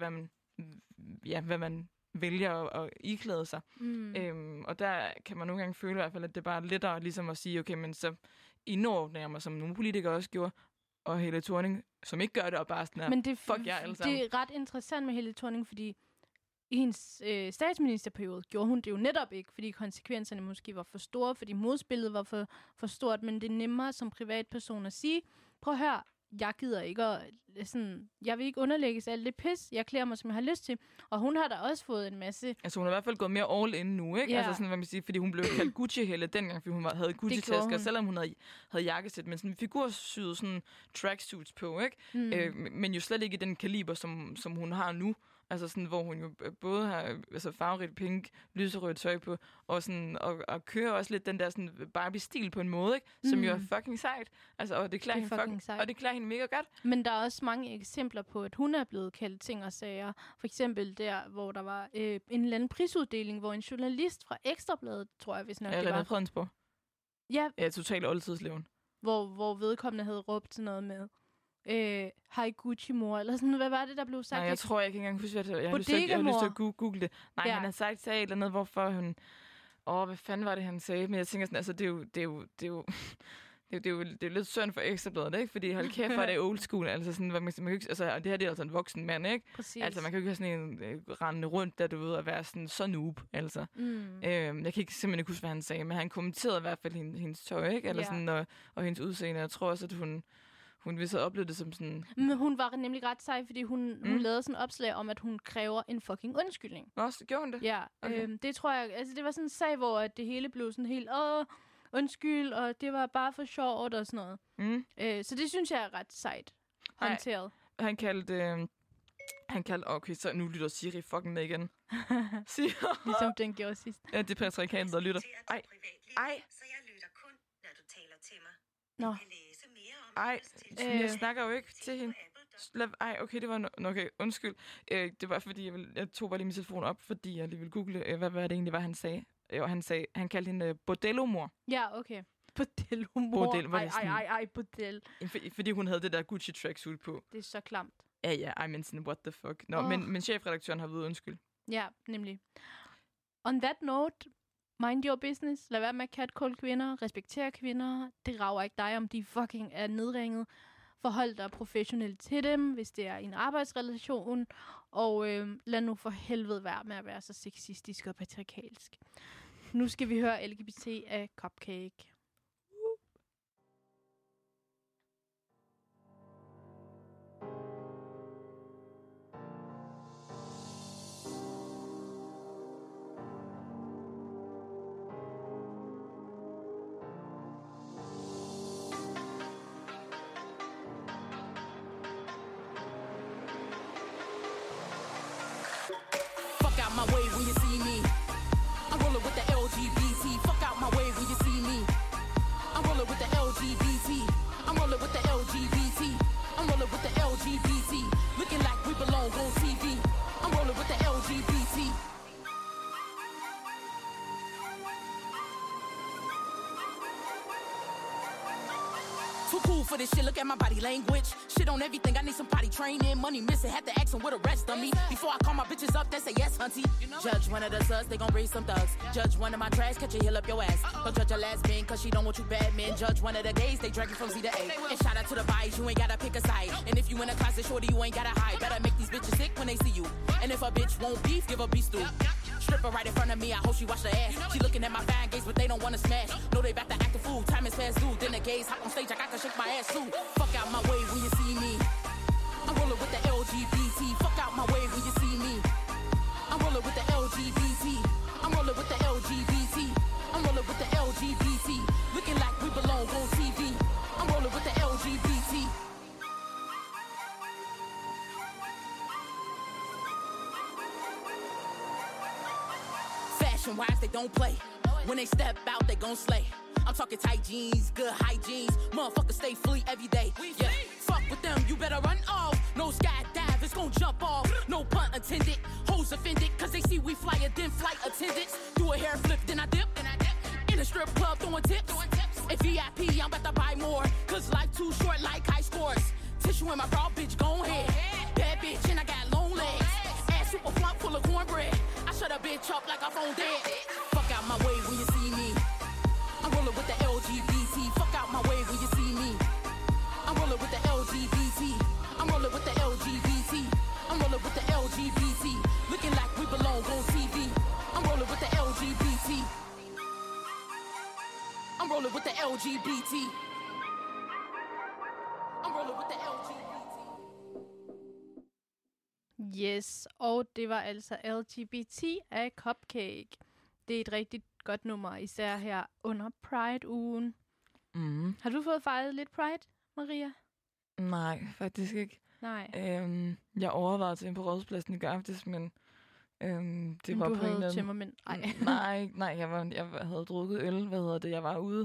hvad man vælger at iklæde sig. Og der kan man nogle gange føle i hvert fald, at det er bare lettere ligesom at sige, okay, men så indordner mig, som nogle politikere også gjorde, og Helle Thorning, som ikke gør det, og bare sådan her, men det, fuck jer alle sammen. Det er ret interessant med Helle Thorning, fordi i hendes statsministerperiode gjorde hun det jo netop ikke, fordi konsekvenserne måske var for store, fordi modspillet var for stort, men det er nemmere som privatperson at sige, prøv at høre, jeg gider ikke jeg vil ikke underlægges alt det pis. Jeg klæder mig, som jeg har lyst til. Og hun har da også fået en masse. Altså hun har i hvert fald gået mere all in nu, ikke? Ja. Altså sådan, hvad man siger, fordi hun blev kaldt Gucci-Helle dengang, fordi hun havde Gucci-tasker, selvom hun havde jakkesæt, men sådan figursyede sådan tracksuits på, ikke? Men jo slet ikke i den kaliber, som hun har nu. Altså sådan, hvor hun jo både har farverigt pink, lyserødt tøj på, og sådan og kører også lidt den der sådan Barbie-stil på en måde, ikke? Som jo er fucking sejt. Altså, og det klæder hende mega godt. Men der er også mange eksempler på, at hun er blevet kaldt ting og sager. For eksempel der, hvor der var en eller anden prisuddeling, hvor en journalist fra Ekstrabladet, tror jeg, hvis nok det var. René Fredensborg. Ja, totalt oldtidsleven. Hvor vedkommende havde råbt sådan noget med hej Gucci-mor, eller sådan, hvad var det, der blev sagt? Nej, jeg tror, jeg kan ikke engang huske, hvad jeg har lyst til at google det. Nej, han har sagt et eller andet, hvorfor hun... hvad fanden var det, han sagde? Men jeg tænker sådan, altså, det er jo lidt synd for Ekstrabladet, ikke? Fordi hold kæft, for det er old school, altså sådan, man kan ikke, altså, og det her det er altså en voksen mand, ikke? Præcis. Altså, man kan jo ikke have sådan en rendende rundt, der du ved, at være sådan så noob, altså. Jeg kan simpelthen ikke huske, hvad han sagde, men han kommenterede i hvert fald hendes tøj, ikke? Eller sådan, og hendes udseende. Jeg tror også, at hun ville så opleve det som sådan... Men hun var nemlig ret sej, fordi hun lavede sådan en opslag om, at hun kræver en fucking undskyldning. Nå, så gjorde hun det? Ja, okay. Det tror jeg... Altså, det var sådan en sag, hvor det hele blev sådan helt... undskyld, og det var bare for sjovt og sådan noget. Så det synes jeg er ret sejt håndteret. Han kaldte... okay, så nu lytter Siri fucking med igen. siger. Ligesom den gjorde sidst. Ja, det er patriarkatet, der lytter. Ej. Ej. Så jeg lytter kun, når du taler til mig. Nå. Du kan læse mere om Ej, det. jeg snakker jo ikke til hende. Ej, okay, det var okay, undskyld. Det var fordi, jeg tog bare lige min telefon op, fordi jeg lige ville google, hvad det egentlig var, han sagde. Han kaldte hende bordello-mor. Ja, okay. Bordello-mor. Bordel, var det sådan? Ej, bordel. Fordi hun havde det der Gucci tracksuit på. Det er så klamt. Ja, men sådan, what the fuck. Nå, men chefredaktøren har været undskyld. Ja, nemlig. On that note, mind your business. Lad være med at catcall kvinder. Respekter kvinder. Det rager ikke dig, om de fucking er nedringet. Forhold dig professionelt til dem, hvis det er en arbejdsrelation. Og lad nu for helvede være med at være så sexistisk og patriarkalsk. Nu skal vi høre LGBT af Cupcake. My way when you see me. I'm rolling with the LGBT. Fuck out my way when you see me. I'm rolling with the LGBT. I'm rolling with the LGBT. I'm rolling with the LGBT. Looking like we belong on TV. I'm rolling with the LGBT. Too cool for this shit, look at my body language. Shit on everything, I need some potty training. Money missing, had to ask them what the rest of me. Before I call my bitches up, they say yes, hunty. Judge one of the suds, they gon' raise some thugs. Judge one of my trash, catch a heel up your ass. Don't judge a lesbian, cause she don't want you bad men. Judge one of the gays, they drag you from Z to A. And shout out to the bias, you ain't gotta pick a side. And if you in a closet, shorty, you ain't gotta hide. Better make these bitches sick when they see you. And if a bitch won't beef, give her beef stew. Stripper right in front of me, I hope she wash her ass. She looking at my fine gays, but they don't wanna smash. Know they back to act a fool, time is fast due. Then the gays hop on stage, I got to shake my ass too. Fuck out my way when you see me. I'm rolling with the LGBT. Fuck out my way when you see me. I'm rolling with the LGBT. I'm rolling with the LGBT. I'm rolling with the LGBT. Looking like we belong on TV. I'm rolling with the LGBT. Fashion-wise, they don't play. When they step out, they gon' slay. I'm talking tight jeans, good hygiene. Motherfuckers stay fleet every day. Yeah, fuck with them, you better run off. No skydive, it's gon' jump off. No pun intended. Hoes offended, cause they see we fly a then flight attendants. Do a hair flip, then I dip. In a strip club, throwing tips. At VIP, I'm about to buy more. Cause life too short like high scores. Tissue in my bra, bitch, gon' ahead. Bad bitch, and I got long legs. Ass super plump, full of cornbread. I shut a bitch up like a phone dead. Fuck out my way when you see me. I'm rolling with the LGBT. Fuck out my way when you see me. I'm rolling with the LGBT. I'm rolling with the LGBT. I'm rolling with the LGBT. Looking like we belong on TV. I'm rolling with the LGBT. I'm rolling with the LGBT. I'm rolling with the LGBT. Yes, og det var altså LGBT af Cupcake. Det er et rigtig godt nummer, især her under Pride-ugen. Mm. Har du fået fejret lidt Pride, Maria? Nej, faktisk ikke. Nej. Jeg overvejede til på Rådhuspladsen i går aftes, men det Men var du på en eller havde anden... tømmermænd? Nej, jeg havde drukket øl, jeg var ude,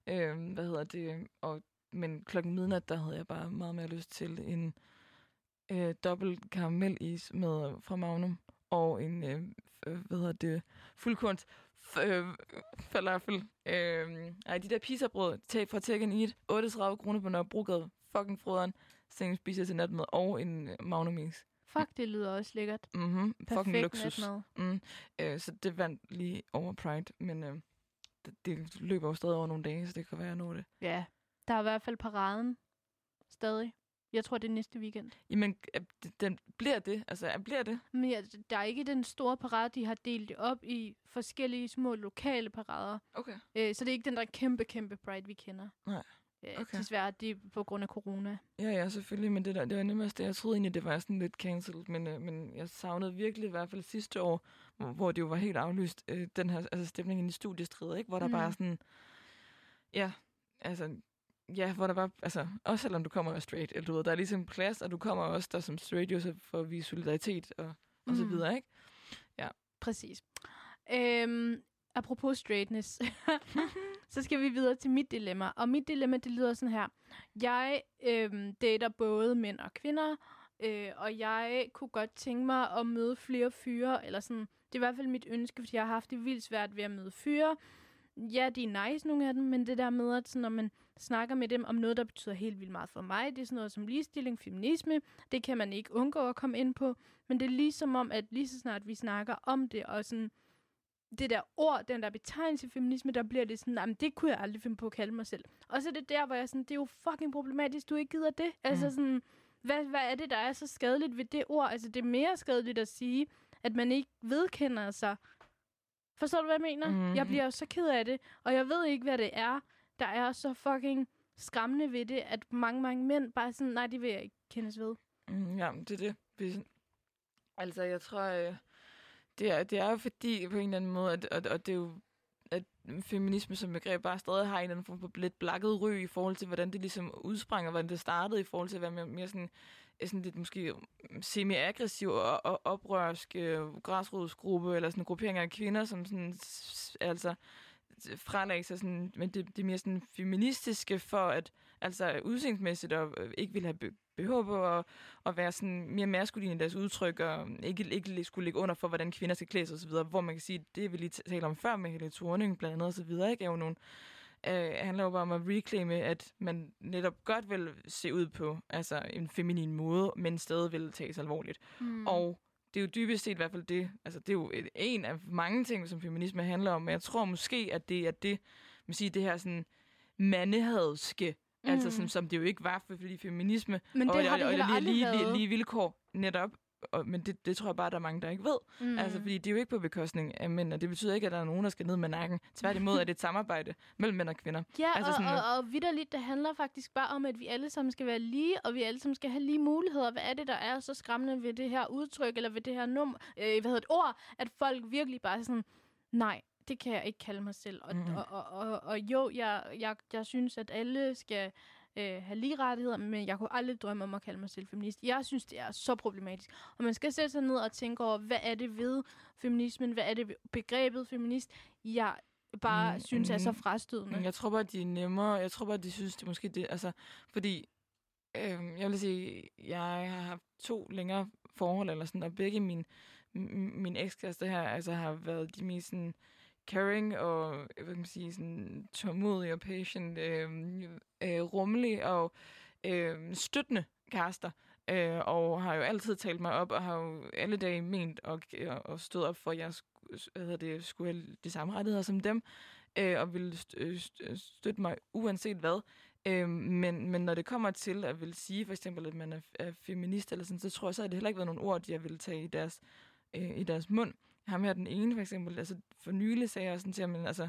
men klokken midnat, der havde jeg bare meget mere lyst til en dobbelt karamelis med fra Magnum, og en, fuldkorns falafel. De der pizzabrød fra Take and Eat, 38 kroner på Nørrebrogade, fucking froderen, sen spiser til natmad, og en Magnum-is. Fuck, det lyder også lækkert. Mhm, fucking luksus. Natmad. Så det vandt lige over Pride, men det løber jo stadig over nogle dage, så det kan være, jeg når det. Ja, der er i hvert fald paraden stadig. Jeg tror, det er næste weekend. Jamen, den bliver det? Altså, bliver det? Men ja, der er ikke den store parade, de har delt det op i forskellige små lokale parader. Okay. Så det er ikke den der kæmpe Pride, vi kender. Nej. Okay. Desværre, det er på grund af corona. Ja, selvfølgelig, men det var nemmest det. Jeg troede egentlig, det var sådan lidt cancelled, men jeg savnede virkelig, i hvert fald sidste år, hvor det jo var helt aflyst, den her stemningen i studiestrider, ikke? Hvor der bare sådan, hvor der bare, også selvom du kommer straight, eller du ved, der er ligesom plads, og du kommer også der som straight, jo så for at vise solidaritet og så videre, ikke? Ja, Præcis. Apropos straightness, så skal vi videre til mit dilemma. Og mit dilemma, det lyder sådan her. Jeg dater både mænd og kvinder, og jeg kunne godt tænke mig at møde flere fyre, eller sådan, det er i hvert fald mit ønske, fordi jeg har haft det vildt svært ved at møde fyre. Ja, de er nice, nogle af dem, men det der med, at sådan, når man snakker med dem om noget, der betyder helt vildt meget for mig, det er sådan noget som ligestilling, feminisme, det kan man ikke undgå at komme ind på, men det er ligesom om, at lige så snart vi snakker om det, og sådan, det der ord, den der betegnelse feminisme, der bliver det sådan, jamen det kunne jeg aldrig finde på at kalde mig selv. Og så er det der, hvor jeg sådan, det er jo fucking problematisk, du ikke gider det. Altså sådan, hvad er det, der er så skadeligt ved det ord? Altså det er mere skadeligt at sige, at man ikke vedkender sig. Forstår du, hvad jeg mener? Jeg bliver jo så ked af det, og jeg ved ikke, hvad det er, der er så fucking skræmmende ved det, at mange mænd bare sådan, nej, det vil jeg ikke kendes ved. Ja, det er det. Altså, jeg tror, det er jo fordi, på en eller anden måde, at det er jo, at feminisme som begreb bare stadig har en eller anden form for lidt blakket ry i forhold til, hvordan det ligesom udspringer, hvordan det startede i forhold til at være mere sådan lidt måske semi-aggressiv og oprørsk græsrodsgruppe, eller sådan en gruppering af kvinder, som sådan, altså frelagde sig sådan, men det mere sådan feministiske for at, altså udseendsmæssigt og ikke ville have behov på at være sådan mere maskuline i deres udtryk, og ikke skulle ligge under for, hvordan kvinder skal klæde sig osv., hvor man kan sige, det vi lige talte om før med Helle Thorning blandt andet og så videre, ikke, er jo nogle handler jo bare om at reclaime, at man netop godt vil se ud på altså en feminin måde, men stadig vil tages alvorligt. Og det er jo dybest set i hvert fald det, altså det er jo en af mange ting, som feminisme handler om, men jeg tror måske, at det er det, man siger, det her sådan mandehadske, altså sådan, som det jo ikke var, fordi feminisme, men det har det heller aldrig været. Lige vilkår netop, men det tror jeg bare, der er mange, der ikke ved. Altså, fordi det er jo ikke på bekostning af mænd, og det betyder ikke, at der er nogen, der skal ned med nakken. Tværtimod er det et samarbejde mellem mænd og kvinder. Ja, altså, og vitterligt, det handler faktisk bare om, at vi alle sammen skal være lige, og vi alle sammen skal have lige muligheder. Hvad er det, der er så skræmmende ved det her udtryk, eller ved det her ord, at folk virkelig bare sådan, nej, det kan jeg ikke kalde mig selv. Og jo, jeg synes, at alle skal have lige rettigheder, men jeg kunne aldrig drømme om at kalde mig selv feminist. Jeg synes, det er så problematisk. Og man skal sætte sig ned og tænke over, hvad er det ved feminismen? Hvad er det ved begrebet feminist? Jeg bare synes er så frastødende. Jeg tror bare, de er nemmere. Jeg tror bare, de synes, det måske det. Altså, fordi jeg vil sige, jeg har haft 2 længere forhold, eller sådan, og begge min ekskærester her, altså har været de mest sådan caring og, hvad kan man sige, sådan tålmodig og patient, rummelig og støttende kærester. Og har jo altid talt mig op, og har jo alle dage ment og stået op for, at jeg skulle have de samme rettigheder som dem, og ville støtte mig uanset hvad. Men når det kommer til at vil sige, for eksempel, at man er feminist, eller sådan, så tror jeg, så har det heller ikke været nogle ord, de jeg ville tage i deres mund. Ham her, den ene for eksempel, altså for nylig sagde jeg sådan til ham, altså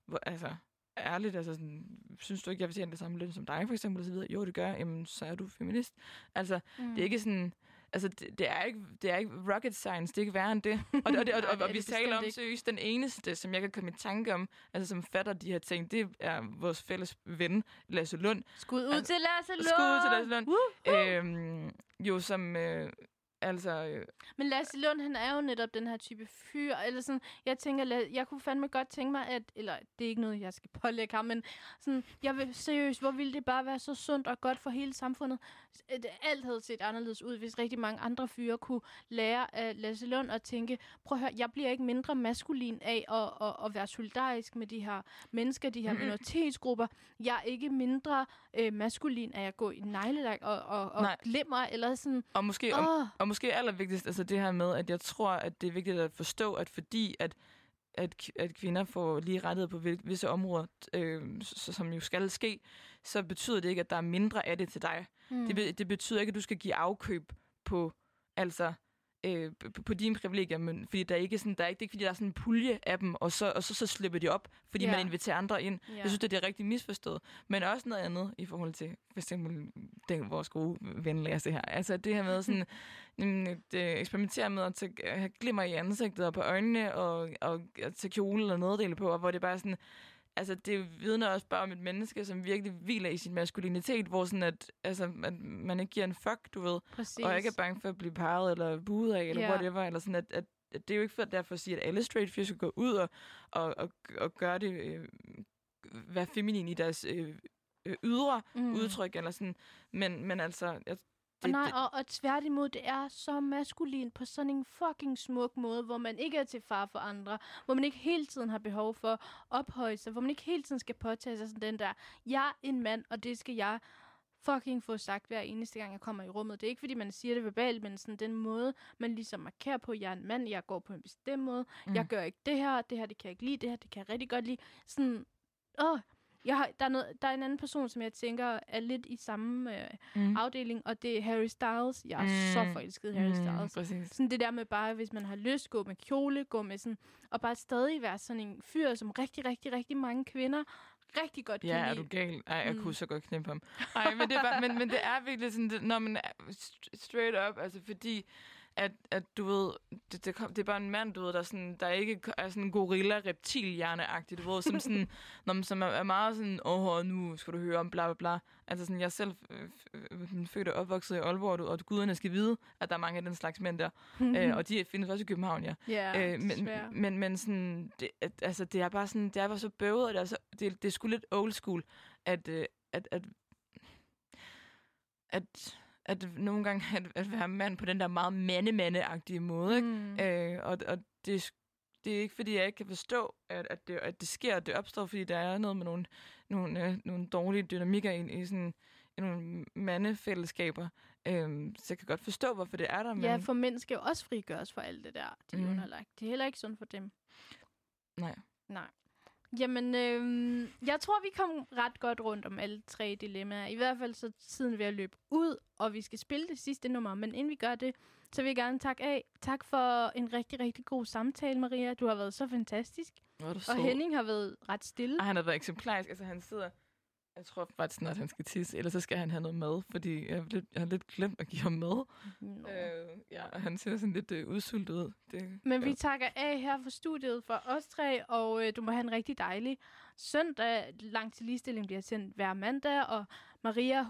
ærligt, altså sådan, synes du ikke, jeg vil tjene det samme løn som dig, for eksempel, og så videre. Jo, det gør jeg. Jamen, så er du feminist. Altså, det er ikke sådan, altså, det er ikke rocket science, det er ikke værre end det. Og vi taler om seriøst, den eneste, som jeg kan komme i tanke om, altså som fatter de her ting, det er vores fælles ven, Lasse Lund. Skud ud til Lasse Lund! Skud ud til Lasse Lund. Jo, som Men Lasse Lund, han er jo netop den her type fyr, eller sådan, jeg tænker, jeg kunne fandme godt tænke mig, eller det er ikke noget, jeg skal pålægge ham, men sådan, jeg vil seriøst, hvor ville det bare være så sundt og godt for hele samfundet. Alt havde set anderledes ud, hvis rigtig mange andre fyre kunne lære af Lasse Lund og tænke, prøv at høre, jeg bliver ikke mindre maskulin af at være solidarisk med de her mennesker, de her minoritetsgrupper. Jeg er ikke mindre maskulin af at gå i neglelak og glimmer, eller sådan. Og måske allervigtigst, altså det her med, at jeg tror, at det er vigtigt at forstå, at fordi at kvinder får lige rettigheder på visse områder, som jo skal ske, så betyder det ikke, at der er mindre af det til dig. Det betyder ikke, at du skal give afkøb på, altså på dine privilegier, men fordi der er ikke sådan, det er ikke fordi der er sådan en pulje af dem, og så slipper de op, fordi man inviterer andre ind. Jeg synes, det er rigtig misforstået. Men også noget andet i forhold til for eksempel vores gode ven Lasse her. Altså det her med sådan eksperimentere med at have glimmer i ansigtet og på øjnene og tage kjole eller nederdele på, og hvor det bare sådan, altså det vidner også bare om et menneske, som virkelig hviler i sin maskulinitet, hvor sådan at man ikke giver en fuck, du ved. Præcis. Og ikke er bange for at blive parret eller buet af, eller whatever, eller sådan at det er jo ikke for derfor at sige, at alle straight fyre skal gå ud og gøre det, være feminin i deres ydre udtryk, eller sådan. Men altså... Og tværtimod, det er så maskulin på sådan en fucking smuk måde, hvor man ikke er til far for andre, hvor man ikke hele tiden har behov for at ophøje sig, hvor man ikke hele tiden skal påtage sig sådan den der, jeg er en mand, og det skal jeg fucking få sagt hver eneste gang, jeg kommer i rummet. Det er ikke, fordi man siger det verbalt, men sådan den måde, man ligesom markerer på, jeg er en mand, jeg går på en bestemt måde, jeg gør ikke det her det kan jeg ikke lide, det her, det kan jeg rigtig godt lide. Sådan, der er en anden person, som jeg tænker er lidt i samme afdeling, og det er Harry Styles. Jeg er så forelsket i Harry Styles. Præcis. Sådan det der med bare, hvis man har lyst, gå med kjole, gå med sådan, og bare stadig være sådan en fyr, som rigtig, rigtig, rigtig mange kvinder rigtig godt kan lide. Ja, er du gal? Ej, jeg kunne så godt knippe ham. Ej, men det er bare, men det er virkelig sådan, når man er straight up, altså fordi at du ved, det er bare en mand, du ved, der ikke er sådan en gorilla-reptilhjerne-agtig, du ved, som sådan, som er meget sådan, nu skal du høre om bla bla bla. Altså sådan, jeg er selv født og opvokset i Aalborg, og guderne skal vide, at der er mange af den slags mænd der. Og de findes også i København, ja. Men sådan, det er bare sådan, det er bare så bøvet, og det er sgu lidt old school, at nogle gange at være mand på den der meget mande-agtige måde, ikke? Og det er ikke, fordi jeg ikke kan forstå, at det sker, at det opstår, fordi der er noget med nogle dårlige dynamikker i sådan i nogle mandefællesskaber. Så jeg kan godt forstå, hvorfor det er der. Men... Ja, for mænd skal jo også frigøres for alt det der, de er underlagt. Det er heller ikke sundt for dem. Nej. Jamen, jeg tror, vi kom ret godt rundt om alle 3 dilemmaer. I hvert fald så tiden ved at løbe ud, og vi skal spille det sidste nummer. Men inden vi gør det, så vil jeg gerne takke af. Tak for en rigtig, rigtig god samtale, Maria. Du har været så fantastisk. Og Henning har været ret stille. Og han har været eksemplarisk. Altså, han sidder... Jeg tror faktisk snart, han skal tisse, ellers så skal han have noget mad, fordi jeg har lidt glemt at give ham mad. Han ser sådan lidt udsultet ud. Men vi takker af her for studiet for os 3, og du må have en rigtig dejlig søndag. Langt til ligestilling bliver sendt hver mandag, og Marie,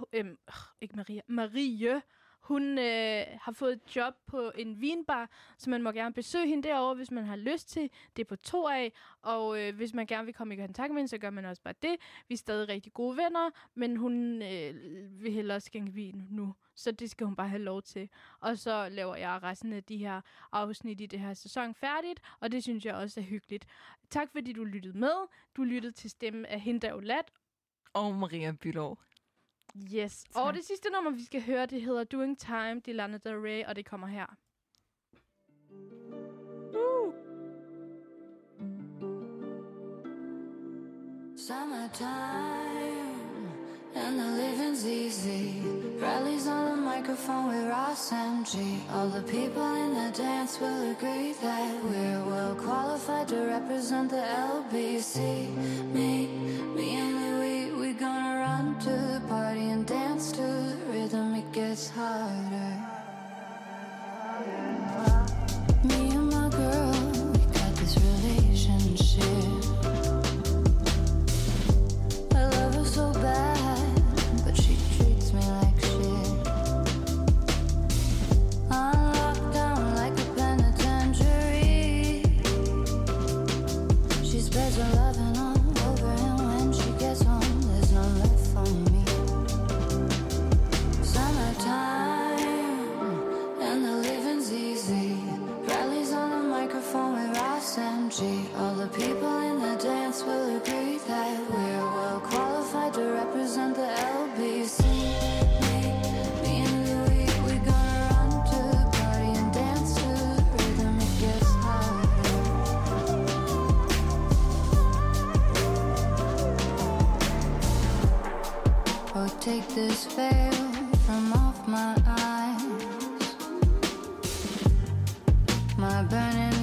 hun har fået et job på en vinbar, så man må gerne besøge hende derovre, hvis man har lyst til. Det er på 2 af, og hvis man gerne vil komme i kontakt med hende, så gør man også bare det. Vi er stadig rigtig gode venner, men hun vil hellere skænke vin nu, så det skal hun bare have lov til. Og så laver jeg resten af de her afsnit i det her sæson færdigt, og det synes jeg også er hyggeligt. Tak fordi du lyttede med. Du lyttede til stemmen af Hinda Olat og Maria Bülow. Yes. Tak. Og det sidste nummer, vi skal høre, det hedder Doing Time, det er Lana Del Rey, og det kommer her. Summertime, and the living's easy. Rallies on the microphone with Ross MG. All the people in the dance will agree that we're well qualified to represent the LBC. Me and Louis, we gonna run to the party and dance to the rhythm. It gets harder. Me and my girl, we got this relationship. I love her so bad, but she treats me like shit. I'm locked down like a penitentiary. She spreads her loving all over, and when she gets home, there's no left for me. Summertime, and the living's easy. Rallies on the microphone with Ross MG. All the people in the dance will agree that we're well qualified to represent the LBC. Me and Louis, we gonna run to the party and dance to the rhythm. It gets harder. Oh, take this veil from off my eyes. My burning